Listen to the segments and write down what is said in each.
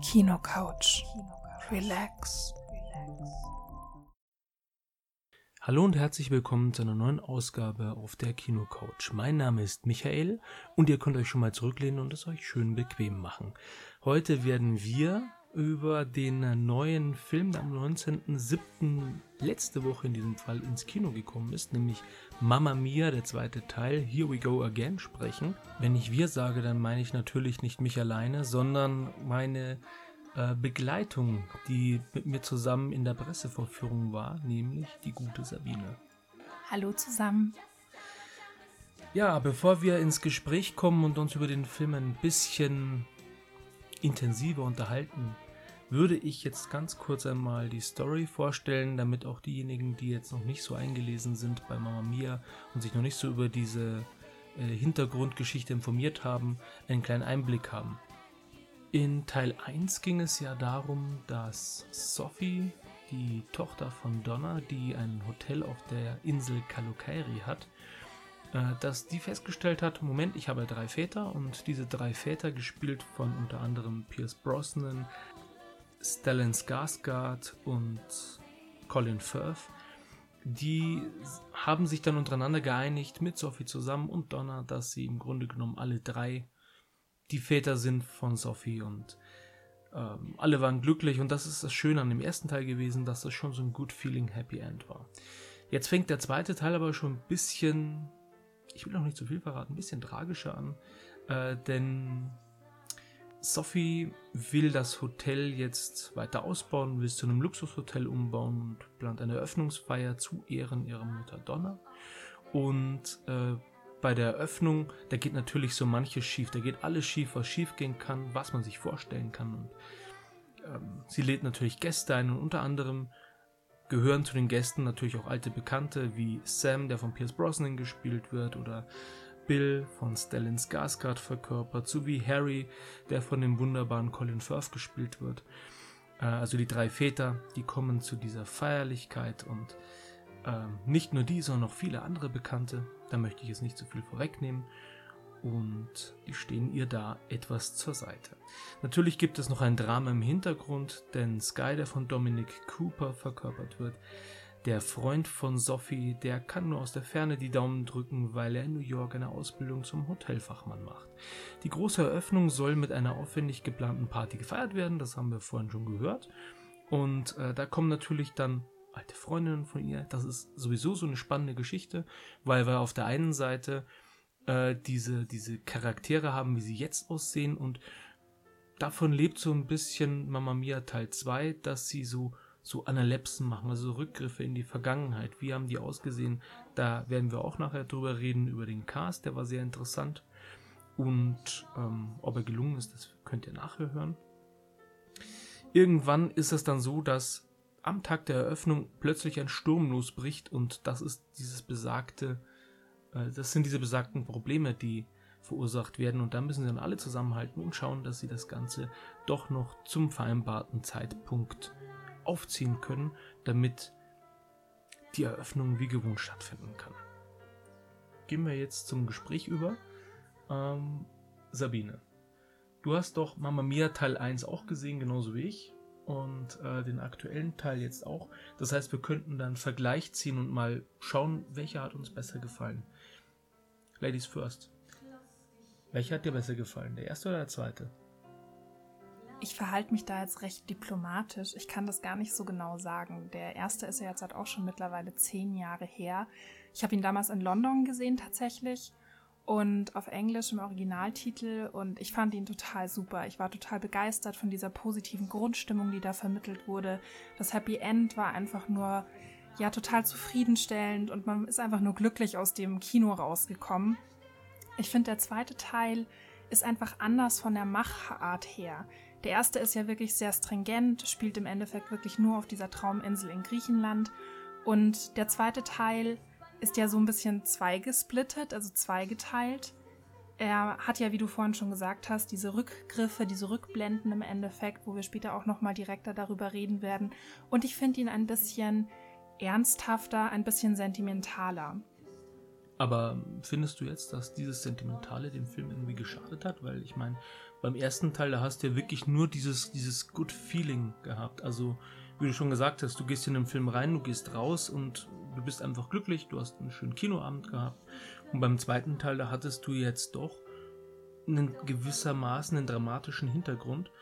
Kino-Couch. Relax. Hallo und herzlich willkommen zu einer neuen Ausgabe auf der Kino-Couch. Mein Name ist Michael und ihr könnt euch schon mal zurücklehnen und es euch schön bequem machen. Heute werden wir über den neuen Film, der am 19.07. letzte Woche in diesem Fall ins Kino gekommen ist, nämlich Mamma Mia, der zweite Teil, Here We Go Again, sprechen. Wenn ich wir sage, dann meine ich natürlich nicht mich alleine, sondern meine Begleitung, die mit mir zusammen in der Pressevorführung war, nämlich die gute Sabine. Hallo zusammen. Ja, bevor wir ins Gespräch kommen und uns über den Film ein bisschen intensiver unterhalten, würde ich jetzt ganz kurz einmal die Story vorstellen, damit auch diejenigen, die jetzt noch nicht so eingelesen sind bei Mamma Mia und sich noch nicht so über diese Hintergrundgeschichte informiert haben, einen kleinen Einblick haben. In Teil 1 ging es ja darum, dass Sophie, die Tochter von Donna, die ein Hotel auf der Insel Kalokairi hat, dass die festgestellt hat, Moment, ich habe 3 Väter und diese 3 Väter, gespielt von unter anderem Pierce Brosnan, Stellan Skarsgård und Colin Firth, die haben sich dann untereinander geeinigt mit Sophie zusammen und Donna, dass sie im Grunde genommen alle 3 die Väter sind von Sophie und alle waren glücklich und das ist das Schöne an dem ersten Teil gewesen, dass das schon so ein Good Feeling Happy End war. Jetzt fängt der zweite Teil aber schon ein bisschen, ich will noch nicht zu viel verraten, ein bisschen tragischer an, denn Sophie will das Hotel jetzt weiter ausbauen, will es zu einem Luxushotel umbauen und plant eine Eröffnungsfeier zu Ehren ihrer Mutter Donna und bei der Eröffnung, da geht natürlich so manches schief. Da geht alles schief, was schief gehen kann, was man sich vorstellen kann. Und sie lädt natürlich Gäste ein und unter anderem gehören zu den Gästen natürlich auch alte Bekannte wie Sam, der von Pierce Brosnan gespielt wird, oder Bill von Stellan Skarsgård verkörpert, sowie Harry, der von dem wunderbaren Colin Firth gespielt wird. Also die 3 Väter, die kommen zu dieser Feierlichkeit und nicht nur die, sondern auch viele andere Bekannte. Da möchte ich jetzt nicht zu viel vorwegnehmen. Und die stehen ihr da etwas zur Seite. Natürlich gibt es noch ein Drama im Hintergrund, denn Sky, der von Dominic Cooper verkörpert wird, der Freund von Sophie, der kann nur aus der Ferne die Daumen drücken, weil er in New York eine Ausbildung zum Hotelfachmann macht. Die große Eröffnung soll mit einer aufwendig geplanten Party gefeiert werden, das haben wir vorhin schon gehört. Und da kommen natürlich dann alte Freundinnen von ihr. Das ist sowieso so eine spannende Geschichte, weil wir auf der einen Seite diese Charaktere haben, wie sie jetzt aussehen, und davon lebt so ein bisschen Mamma Mia Teil 2, dass sie so Analepsen machen, also Rückgriffe in die Vergangenheit. Wie haben die ausgesehen? Da werden wir auch nachher drüber reden, über den Cast, der war sehr interessant. Und ob er gelungen ist, das könnt ihr nachher hören. Irgendwann ist es dann so, dass am Tag der Eröffnung plötzlich ein Sturm losbricht und das ist das sind diese besagten Probleme, die verursacht werden, und da müssen sie dann alle zusammenhalten und schauen, dass sie das Ganze doch noch zum vereinbarten Zeitpunkt aufziehen können, damit die Eröffnung wie gewohnt stattfinden kann. Gehen wir jetzt zum Gespräch über. Sabine, du hast doch Mamma Mia Teil 1 auch gesehen, genauso wie ich. Und den aktuellen Teil jetzt auch. Das heißt, wir könnten dann einen Vergleich ziehen und mal schauen, welcher hat uns besser gefallen. Ladies first. Welcher hat dir besser gefallen? Der erste oder der zweite? Ich verhalte mich da jetzt recht diplomatisch. Ich kann das gar nicht so genau sagen. Der erste ist ja jetzt halt auch schon mittlerweile 10 Jahre her. Ich habe ihn damals in London gesehen tatsächlich. Und auf Englisch im Originaltitel, und ich fand ihn total super. Ich war total begeistert von dieser positiven Grundstimmung, die da vermittelt wurde. Das Happy End war einfach nur total zufriedenstellend und man ist einfach nur glücklich aus dem Kino rausgekommen. Ich finde, der zweite Teil ist einfach anders von der Machart her. Der erste ist ja wirklich sehr stringent, spielt im Endeffekt wirklich nur auf dieser Trauminsel in Griechenland, und der zweite Teil ist ja so ein bisschen zweigesplittet, also zweigeteilt. Er hat ja, wie du vorhin schon gesagt hast, diese Rückgriffe, diese Rückblenden im Endeffekt, wo wir später auch nochmal direkter darüber reden werden. Und ich finde ihn ein bisschen ernsthafter, ein bisschen sentimentaler. Aber findest du jetzt, dass dieses Sentimentale dem Film irgendwie geschadet hat? Weil ich meine, beim ersten Teil, da hast du ja wirklich nur dieses Good Feeling gehabt. Also, wie du schon gesagt hast, du gehst in den Film rein, du gehst raus und du bist einfach glücklich, du hast einen schönen Kinoabend gehabt. Und beim zweiten Teil, da hattest du jetzt doch einen gewissermaßen einen dramatischen Hintergrund.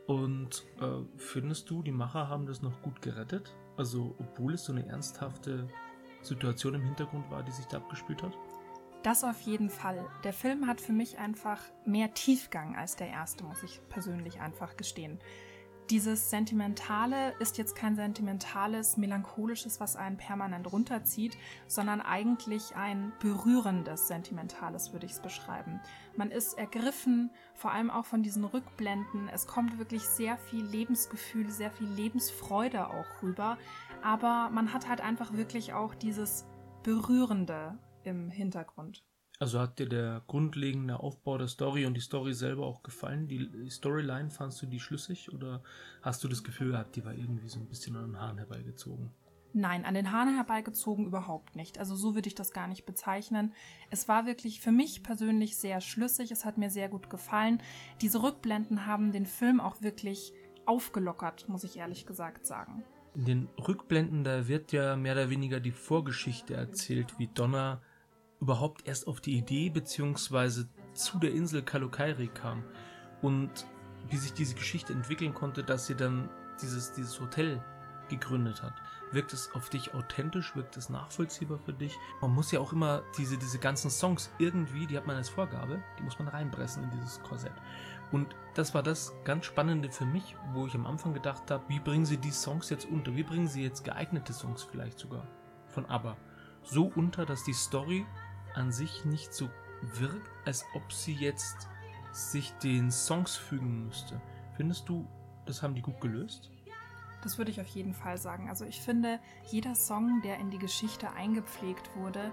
Und findest du, die Macher haben das noch gut gerettet? Also, obwohl es so eine ernsthafte Situation im Hintergrund war, die sich da abgespielt hat? Das auf jeden Fall. Der Film hat für mich einfach mehr Tiefgang als der erste, muss ich persönlich einfach gestehen. Dieses Sentimentale ist jetzt kein sentimentales, melancholisches, was einen permanent runterzieht, sondern eigentlich ein berührendes Sentimentales, würde ich es beschreiben. Man ist ergriffen, vor allem auch von diesen Rückblenden. Es kommt wirklich sehr viel Lebensgefühl, sehr viel Lebensfreude auch rüber. Aber man hat halt einfach wirklich auch dieses Berührende im Hintergrund. Also hat dir der grundlegende Aufbau der Story und die Story selber auch gefallen? Die Storyline, fandst du die schlüssig oder hast du das Gefühl gehabt, die war irgendwie so ein bisschen an den Haaren herbeigezogen? Nein, an den Haaren herbeigezogen überhaupt nicht. Also so würde ich das gar nicht bezeichnen. Es war wirklich für mich persönlich sehr schlüssig. Es hat mir sehr gut gefallen. Diese Rückblenden haben den Film auch wirklich aufgelockert, muss ich ehrlich gesagt sagen. In den Rückblenden, da wird ja mehr oder weniger die Vorgeschichte erzählt, wie Donna überhaupt erst auf die Idee bzw. zu der Insel Kalokairi kam und wie sich diese Geschichte entwickeln konnte, dass sie dann dieses Hotel gegründet hat. Wirkt es auf dich authentisch? Wirkt es nachvollziehbar für dich? Man muss ja auch immer diese ganzen Songs irgendwie, die hat man als Vorgabe, die muss man reinpressen in dieses Korsett. Und das war das ganz Spannende für mich, wo ich am Anfang gedacht habe, wie bringen sie die Songs jetzt unter? Wie bringen sie jetzt geeignete Songs vielleicht sogar von ABBA so unter, dass die Story an sich nicht so wirkt, als ob sie jetzt sich den Songs fügen müsste. Findest du, das haben die gut gelöst? Das würde ich auf jeden Fall sagen. Also ich finde, jeder Song, der in die Geschichte eingepflegt wurde,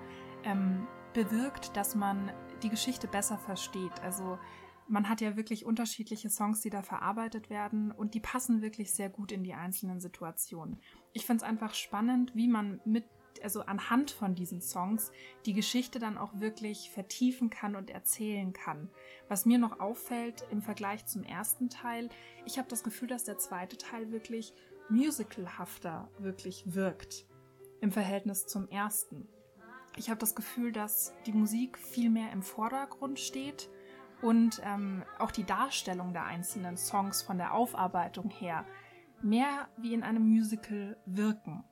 bewirkt, dass man die Geschichte besser versteht. Also man hat ja wirklich unterschiedliche Songs, die da verarbeitet werden und die passen wirklich sehr gut in die einzelnen Situationen. Ich finde es einfach spannend, wie man anhand von diesen Songs die Geschichte dann auch wirklich vertiefen kann und erzählen kann. Was mir noch auffällt im Vergleich zum ersten Teil, ich habe das Gefühl, dass der zweite Teil wirklich musicalhafter wirklich wirkt im Verhältnis zum ersten. Ich habe das Gefühl, dass die Musik viel mehr im Vordergrund steht und auch die Darstellung der einzelnen Songs von der Aufarbeitung her mehr wie in einem Musical wirken.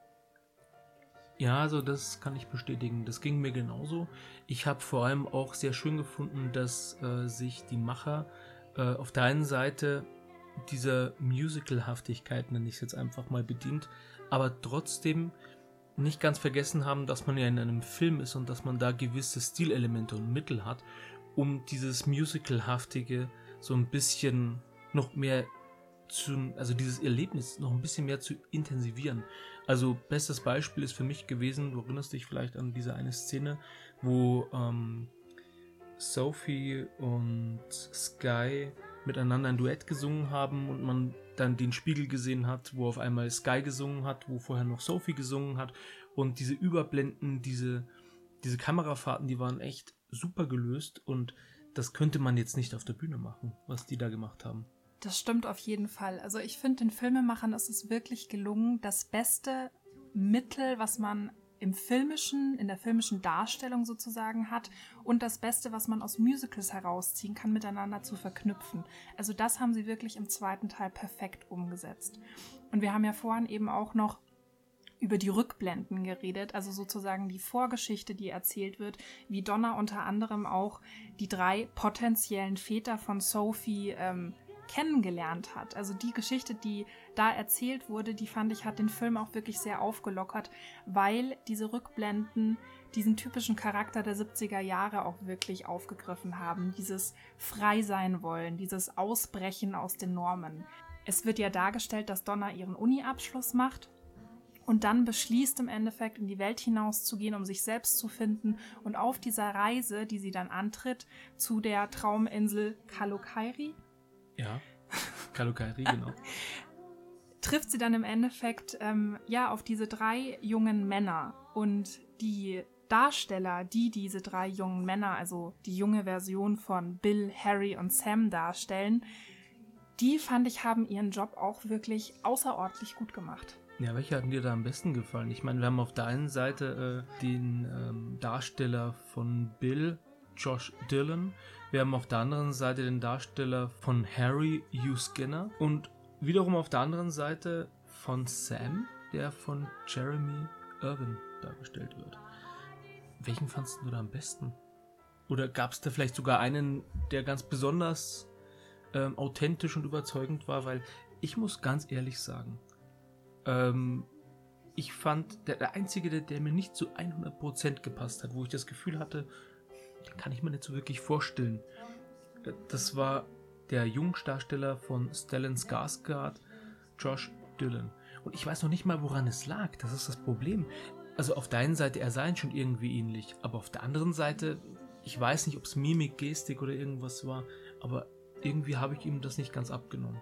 Ja, also das kann ich bestätigen. Das ging mir genauso. Ich habe vor allem auch sehr schön gefunden, dass sich die Macher auf der einen Seite dieser Musical-Haftigkeit, nenne ich es jetzt einfach mal, bedient, aber trotzdem nicht ganz vergessen haben, dass man ja in einem Film ist und dass man da gewisse Stilelemente und Mittel hat, um dieses Musical-haftige so ein bisschen noch mehr also dieses Erlebnis noch ein bisschen mehr zu intensivieren. Also bestes Beispiel ist für mich gewesen, du erinnerst dich vielleicht an diese eine Szene, wo Sophie und Sky miteinander ein Duett gesungen haben und man dann den Spiegel gesehen hat, wo auf einmal Sky gesungen hat, wo vorher noch Sophie gesungen hat und diese Überblenden, diese Kamerafahrten, die waren echt super gelöst und das könnte man jetzt nicht auf der Bühne machen, was die da gemacht haben. Das stimmt auf jeden Fall. Also ich finde, den Filmemachern ist es wirklich gelungen, das beste Mittel, was man in der filmischen Darstellung sozusagen hat und das Beste, was man aus Musicals herausziehen kann, miteinander zu verknüpfen. Also das haben sie wirklich im zweiten Teil perfekt umgesetzt. Und wir haben ja vorhin eben auch noch über die Rückblenden geredet, also sozusagen die Vorgeschichte, die erzählt wird, wie Donna unter anderem auch die 3 potenziellen Väter von Sophie kennengelernt hat. Also die Geschichte, die da erzählt wurde, die fand ich, hat den Film auch wirklich sehr aufgelockert, weil diese Rückblenden diesen typischen Charakter der 70er Jahre auch wirklich aufgegriffen haben. Dieses Frei sein wollen, dieses Ausbrechen aus den Normen. Es wird ja dargestellt, dass Donna ihren Uni-Abschluss macht und dann beschließt im Endeffekt in die Welt hinauszugehen, um sich selbst zu finden und auf dieser Reise, die sie dann antritt, zu der Trauminsel Kalokairi, ja, Kalokairi, genau. trifft sie dann im Endeffekt auf diese 3 jungen Männer und die Darsteller, die diese 3 jungen Männer, also die junge Version von Bill, Harry und Sam darstellen, die, fand ich, haben ihren Job auch wirklich außerordentlich gut gemacht. Ja, welcher hat dir da am besten gefallen? Ich meine, wir haben auf der einen Seite den Darsteller von Bill, Josh Dillon. Wir haben auf der anderen Seite den Darsteller von Harry, Hugh Skinner. Und wiederum auf der anderen Seite von Sam, der von Jeremy Irvin dargestellt wird. Welchen fandst du da am besten? Oder gab es da vielleicht sogar einen, der ganz besonders authentisch und überzeugend war? Weil ich muss ganz ehrlich sagen, ich fand, der Einzige, der mir nicht zu 100% gepasst hat, wo ich das Gefühl hatte, den kann ich mir nicht so wirklich vorstellen, das war der Jungdarsteller von Stellan Skarsgård, Josh Dillon. Und ich weiß noch nicht mal, woran es lag. Das ist das Problem. Also auf der einen Seite, er sah ihn schon irgendwie ähnlich, aber auf der anderen Seite, ich weiß nicht, ob es Mimik, Gestik oder irgendwas war, aber irgendwie habe ich ihm das nicht ganz abgenommen.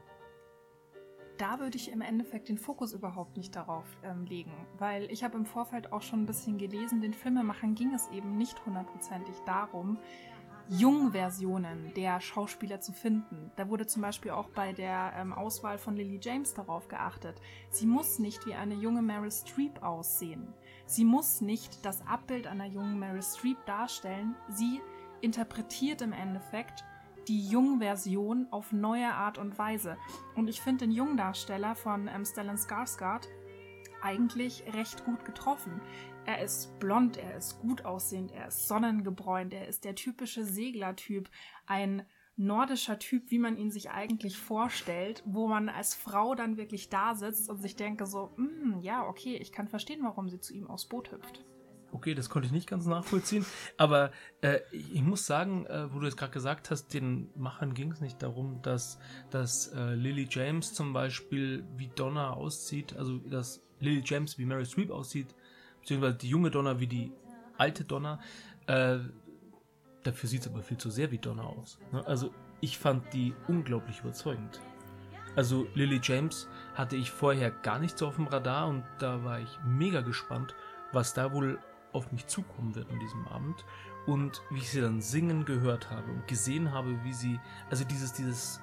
Da würde ich im Endeffekt den Fokus überhaupt nicht darauf legen, weil ich habe im Vorfeld auch schon ein bisschen gelesen, den Filmemachern ging es eben nicht hundertprozentig darum, Jungversionen der Schauspieler zu finden. Da wurde zum Beispiel auch bei der Auswahl von Lily James darauf geachtet. Sie muss nicht wie eine junge Meryl Streep aussehen. Sie muss nicht das Abbild einer jungen Meryl Streep darstellen. Sie interpretiert im Endeffekt die Jungversion auf neue Art und Weise. Und ich finde den Jungdarsteller von Stellan Skarsgård eigentlich recht gut getroffen. Er ist blond, er ist gut aussehend, er ist sonnengebräunt, er ist der typische Seglertyp, ein nordischer Typ, wie man ihn sich eigentlich vorstellt, wo man als Frau dann wirklich da sitzt und sich denke so, ja, okay, ich kann verstehen, warum sie zu ihm aufs Boot hüpft. Okay, das konnte ich nicht ganz nachvollziehen, aber ich muss sagen, wo du jetzt gerade gesagt hast, den Machern ging es nicht darum, dass Lily James zum Beispiel wie Donna aussieht, also dass Lily James wie Meryl Streep aussieht, beziehungsweise die junge Donna wie die alte Donna, dafür sieht es aber viel zu sehr wie Donna aus. Ne? Also ich fand die unglaublich überzeugend. Also Lily James hatte ich vorher gar nicht so auf dem Radar und da war ich mega gespannt, was da wohl auf mich zukommen wird an diesem Abend und wie ich sie dann singen gehört habe und gesehen habe, wie sie, also dieses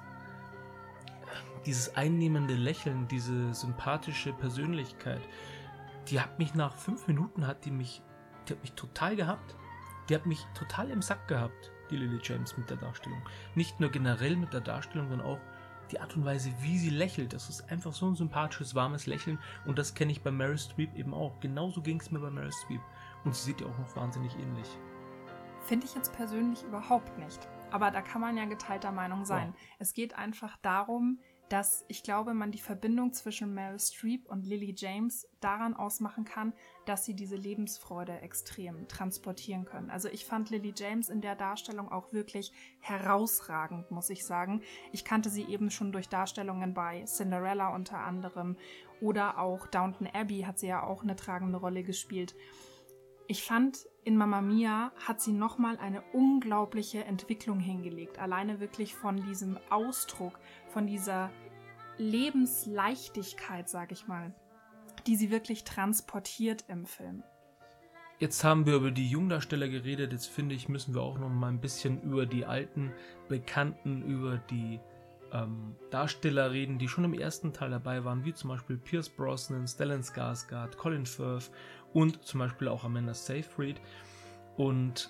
einnehmende Lächeln, diese sympathische Persönlichkeit, die hat mich nach 5 Minuten, die hat mich total gehabt. Die hat mich total im Sack gehabt, die Lily James mit der Darstellung. Nicht nur generell mit der Darstellung, sondern auch die Art und Weise, wie sie lächelt. Das ist einfach so ein sympathisches, warmes Lächeln und das kenne ich bei Meryl Streep eben auch. Genauso ging es mir bei Meryl Streep. Und sie sieht ja auch noch wahnsinnig ähnlich. Finde ich jetzt persönlich überhaupt nicht. Aber da kann man ja geteilter Meinung sein. Ja. Es geht einfach darum, dass ich glaube, man die Verbindung zwischen Meryl Streep und Lily James daran ausmachen kann, dass sie diese Lebensfreude extrem transportieren können. Also ich fand Lily James in der Darstellung auch wirklich herausragend, muss ich sagen. Ich kannte sie eben schon durch Darstellungen bei Cinderella unter anderem oder auch Downton Abbey hat sie ja auch eine tragende Rolle gespielt. Ich fand, in Mamma Mia hat sie nochmal eine unglaubliche Entwicklung hingelegt. Alleine wirklich von diesem Ausdruck, von dieser Lebensleichtigkeit, sag ich mal, die sie wirklich transportiert im Film. Jetzt haben wir über die Jungdarsteller geredet. Jetzt finde ich, müssen wir auch noch mal ein bisschen über die alten Bekannten, über die Darsteller reden, die schon im ersten Teil dabei waren, wie zum Beispiel Pierce Brosnan, Stellan Skarsgård, Colin Firth und zum Beispiel auch Amanda Seyfried. Und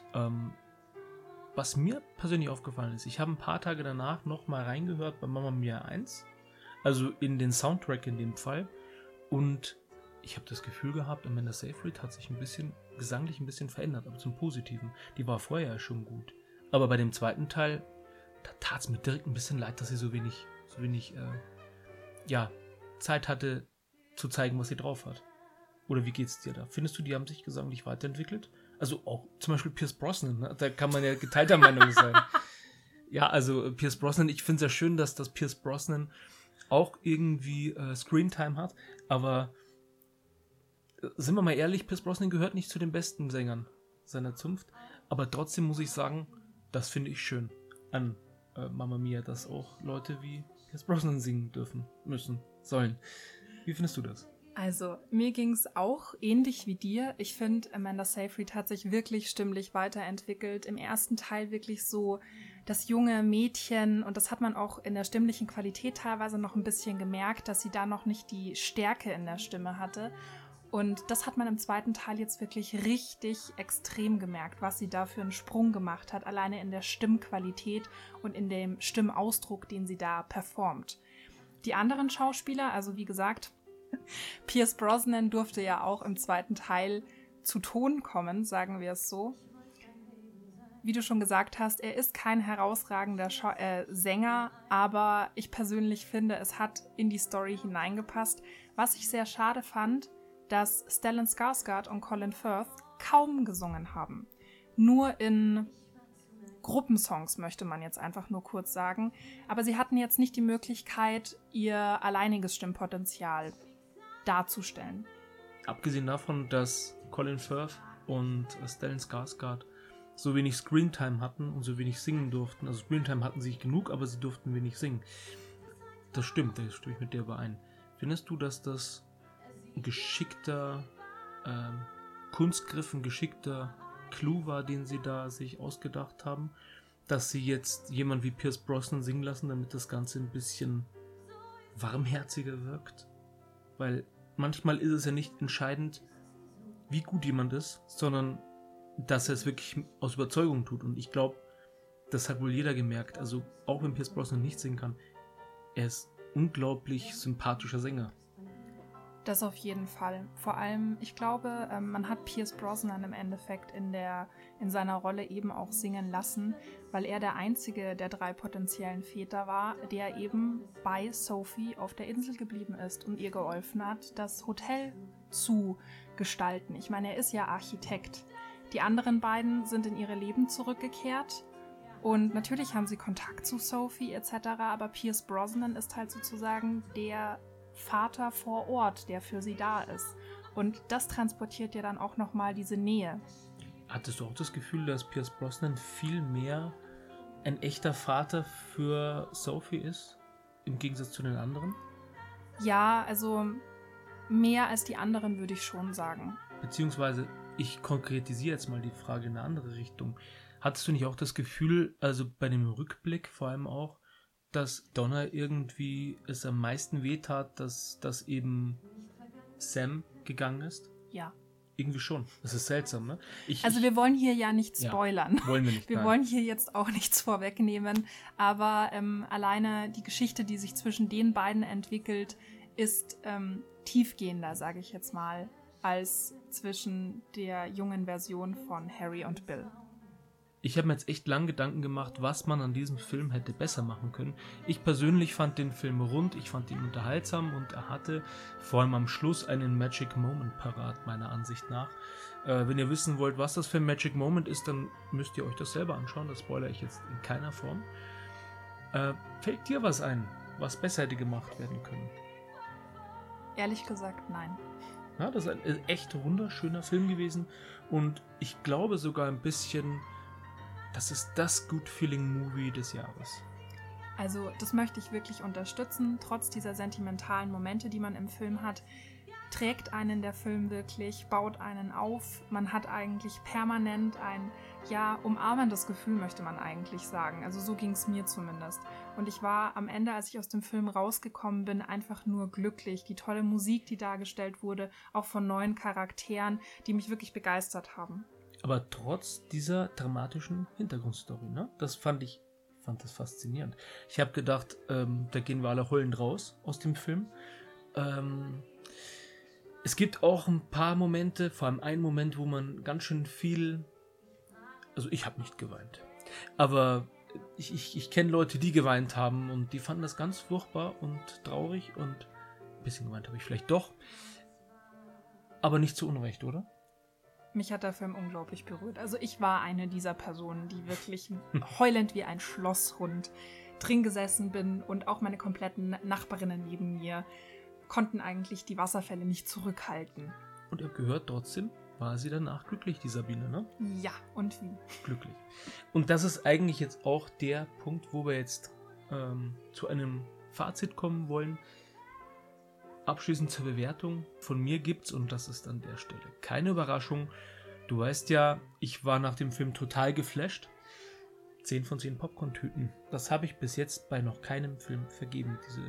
was mir persönlich aufgefallen ist, ich habe ein paar Tage danach nochmal reingehört bei Mamma Mia 1, also in den Soundtrack in dem Fall, und ich habe das Gefühl gehabt, Amanda Seyfried hat sich gesanglich ein bisschen verändert, aber zum Positiven. Die war vorher ja schon gut. Aber bei dem zweiten Teil, da tat es mir direkt ein bisschen leid, dass sie so wenig Zeit hatte, zu zeigen, was sie drauf hat. Oder wie geht's dir da? Findest du, die haben sich gesanglich weiterentwickelt? Also auch zum Beispiel Pierce Brosnan, ne? Da kann man ja geteilter Meinung sein. Ja, also Pierce Brosnan, ich finde es ja schön, dass Pierce Brosnan auch irgendwie Screentime hat, aber sind wir mal ehrlich, Pierce Brosnan gehört nicht zu den besten Sängern seiner Zunft, aber trotzdem muss ich sagen, das finde ich schön an Mamma Mia, dass auch Leute wie Pierce Brosnan singen dürfen, müssen, sollen. Wie findest du das? Also, mir ging es auch ähnlich wie dir. Ich finde, Amanda Seyfried hat sich wirklich stimmlich weiterentwickelt. Im ersten Teil wirklich so das junge Mädchen, und das hat man auch in der stimmlichen Qualität teilweise noch ein bisschen gemerkt, dass sie da noch nicht die Stärke in der Stimme hatte. Und das hat man im zweiten Teil jetzt wirklich richtig extrem gemerkt, was sie da für einen Sprung gemacht hat, alleine in der Stimmqualität und in dem Stimmausdruck, den sie da performt. Die anderen Schauspieler, also wie gesagt, Pierce Brosnan durfte ja auch im zweiten Teil zu Ton kommen, sagen wir es so. Wie du schon gesagt hast, er ist kein herausragender Sänger, aber ich persönlich finde, es hat in die Story hineingepasst. Was ich sehr schade fand, dass Stellan Skarsgård und Colin Firth kaum gesungen haben. Nur in Gruppensongs, möchte man jetzt einfach nur kurz sagen. Aber sie hatten jetzt nicht die Möglichkeit, ihr alleiniges Stimmpotenzial darzustellen. Abgesehen davon, dass Colin Firth und Stellan Skarsgård so wenig Screentime hatten und so wenig singen durften. Also Screentime hatten sie genug, aber sie durften wenig singen. Das stimmt, da stimme ich mit dir überein. Findest du, dass das ein geschickter Kunstgriff, ein geschickter Clou war, den sie da sich ausgedacht haben, dass sie jetzt jemand wie Pierce Brosnan singen lassen, damit das Ganze ein bisschen warmherziger wirkt? Weil manchmal ist es ja nicht entscheidend, wie gut jemand ist, sondern dass er es wirklich aus Überzeugung tut. Und ich glaube, das hat wohl jeder gemerkt. Also auch wenn Pierce Brosnan nicht singen kann, er ist unglaublich sympathischer Sänger. Das auf jeden Fall. Vor allem, ich glaube, man hat Pierce Brosnan im Endeffekt in seiner Rolle eben auch singen lassen, weil er der einzige der 3 potenziellen Väter war, der eben bei Sophie auf der Insel geblieben ist und ihr geholfen hat, das Hotel zu gestalten. Ich meine, er ist ja Architekt. Die anderen beiden sind in ihre Leben zurückgekehrt und natürlich haben sie Kontakt zu Sophie etc., aber Pierce Brosnan ist halt sozusagen der Vater vor Ort, der für sie da ist. Und das transportiert ja dann auch nochmal diese Nähe. Hattest du auch das Gefühl, dass Pierce Brosnan viel mehr ein echter Vater für Sophie ist, im Gegensatz zu den anderen? Ja, also mehr als die anderen würde ich schon sagen. Beziehungsweise, ich konkretisiere jetzt mal die Frage in eine andere Richtung. Hattest du nicht auch das Gefühl, also bei dem Rückblick vor allem auch, dass Donna irgendwie es am meisten wehtat, dass eben Sam gegangen ist? Ja. Irgendwie schon. Das ist seltsam, ne? Wir wollen hier ja nicht spoilern. Ja, wollen wir nicht. Wir wollen hier jetzt auch nichts vorwegnehmen, aber alleine die Geschichte, die sich zwischen den beiden entwickelt, ist tiefgehender, sage ich jetzt mal, als zwischen der jungen Version von Harry und Bill. Ich habe mir jetzt echt lang Gedanken gemacht, was man an diesem Film hätte besser machen können. Ich persönlich fand den Film rund, ich fand ihn unterhaltsam und er hatte vor allem am Schluss einen Magic Moment parat, meiner Ansicht nach. Wenn ihr wissen wollt, was das für ein Magic Moment ist, dann müsst ihr euch das selber anschauen, das spoilere ich jetzt in keiner Form. Fällt dir was ein, was besser hätte gemacht werden können? Ehrlich gesagt, nein. Ja, das ist ein echt wunderschöner Film gewesen und ich glaube sogar ein bisschen, das ist das Good-Feeling-Movie des Jahres. Also das möchte ich wirklich unterstützen. Trotz dieser sentimentalen Momente, die man im Film hat, trägt einen der Film wirklich, baut einen auf. Man hat eigentlich permanent ein, umarmendes Gefühl, möchte man eigentlich sagen. Also so ging es mir zumindest. Und ich war am Ende, als ich aus dem Film rausgekommen bin, einfach nur glücklich. Die tolle Musik, die dargestellt wurde, auch von neuen Charakteren, die mich wirklich begeistert haben. Aber trotz dieser dramatischen Hintergrundstory, ne? Das fand das faszinierend. Ich habe gedacht, da gehen wir alle heulend raus aus dem Film. Es gibt auch ein paar Momente, vor allem einen Moment, wo man ganz schön viel... Also ich habe nicht geweint. Aber ich kenne Leute, die geweint haben und die fanden das ganz furchtbar und traurig und ein bisschen geweint habe ich vielleicht doch. Aber nicht zu Unrecht, oder? Mich hat der Film unglaublich berührt. Also ich war eine dieser Personen, die wirklich heulend wie ein Schlosshund drin gesessen bin und auch meine kompletten Nachbarinnen neben mir konnten eigentlich die Wasserfälle nicht zurückhalten. Und ihr gehört trotzdem, war sie danach glücklich, die Sabine, ne? Ja, und wie? Glücklich. Und das ist eigentlich jetzt auch der Punkt, wo wir jetzt zu einem Fazit kommen wollen. abschließend zur Bewertung. Von mir gibt's, und das ist an der Stelle keine Überraschung, du weißt ja, ich war nach dem Film total geflasht. 10 von 10 Popcorn-Tüten. Das habe ich bis jetzt bei noch keinem Film vergeben. Diese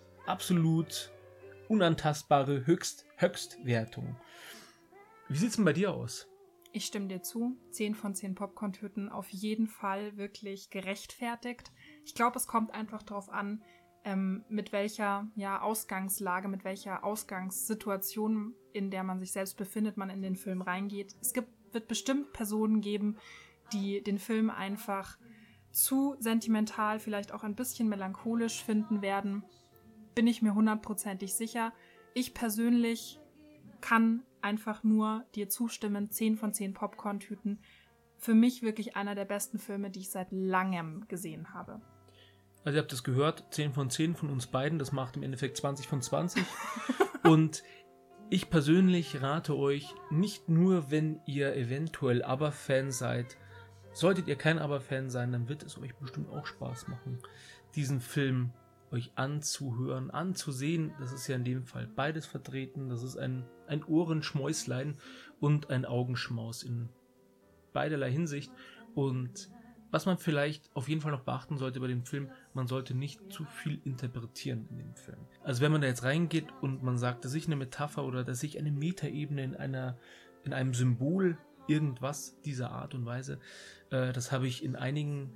absolut unantastbare Höchstwertung. Wie sieht's denn bei dir aus? Ich stimme dir zu. 10 von 10 Popcorn-Tüten auf jeden Fall wirklich gerechtfertigt. Ich glaube, es kommt einfach darauf an, mit welcher Ausgangslage, mit welcher Ausgangssituation, in der man sich selbst befindet, man in den Film reingeht. Wird bestimmt Personen geben, die den Film einfach zu sentimental, vielleicht auch ein bisschen melancholisch finden werden. Bin ich mir 100%ig sicher. Ich persönlich kann einfach nur dir zustimmen. 10 von 10 Popcorn-Tüten. Für mich wirklich einer der besten Filme, die ich seit langem gesehen habe. Also ihr habt es gehört, 10 von 10 von uns beiden, das macht im Endeffekt 20 von 20. Und ich persönlich rate euch, nicht nur, wenn ihr eventuell ABBA-Fan seid, solltet ihr kein ABBA-Fan sein, dann wird es euch bestimmt auch Spaß machen, diesen Film euch anzuhören, anzusehen. Das ist ja in dem Fall beides vertreten. Das ist ein Ohrenschmäuslein und ein Augenschmaus in beiderlei Hinsicht. Und was man vielleicht auf jeden Fall noch beachten sollte bei dem Film, man sollte nicht zu viel interpretieren in dem Film. Also wenn man da jetzt reingeht und man sagt, dass ich eine Metapher oder dass ich eine Metaebene in einem Symbol irgendwas dieser Art und Weise, das habe ich in einer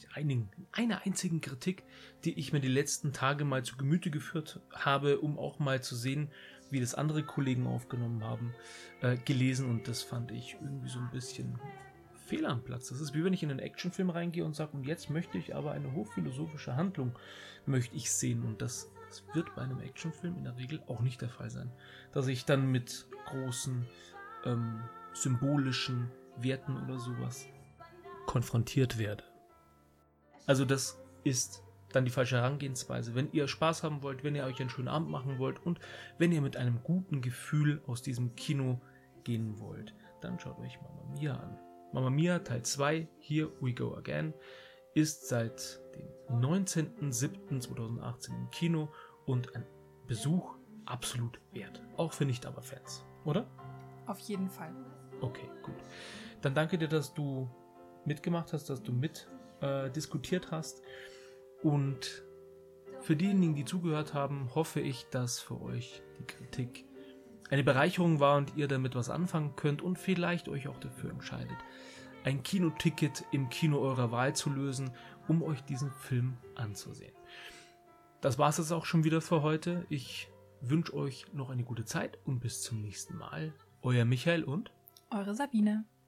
einzigen Kritik, die ich mir die letzten Tage mal zu Gemüte geführt habe, um auch mal zu sehen, wie das andere Kollegen aufgenommen haben, gelesen, und das fand ich irgendwie so ein bisschen fehl am Platz. Das ist wie wenn ich in einen Actionfilm reingehe und sage, und jetzt möchte ich aber eine hochphilosophische Handlung möchte ich sehen, und das wird bei einem Actionfilm in der Regel auch nicht der Fall sein. Dass ich dann mit großen symbolischen Werten oder sowas konfrontiert werde. Also das ist dann die falsche Herangehensweise. Wenn ihr Spaß haben wollt, wenn ihr euch einen schönen Abend machen wollt und wenn ihr mit einem guten Gefühl aus diesem Kino gehen wollt, dann schaut euch Mamma Mia an. Mamma Mia Teil 2, Here We Go Again, ist seit dem 19.07.2018 im Kino und ein Besuch absolut wert. Auch für Nicht-Aber-Fans, oder? Auf jeden Fall. Okay, gut. Dann danke dir, dass du mitgemacht hast, dass du diskutiert hast. Und für diejenigen, die zugehört haben, hoffe ich, dass für euch die Kritik eine Bereicherung war und ihr damit was anfangen könnt und vielleicht euch auch dafür entscheidet, ein Kinoticket im Kino eurer Wahl zu lösen, um euch diesen Film anzusehen. Das war es jetzt auch schon wieder für heute. Ich wünsche euch noch eine gute Zeit und bis zum nächsten Mal. Euer Michael und eure Sabine.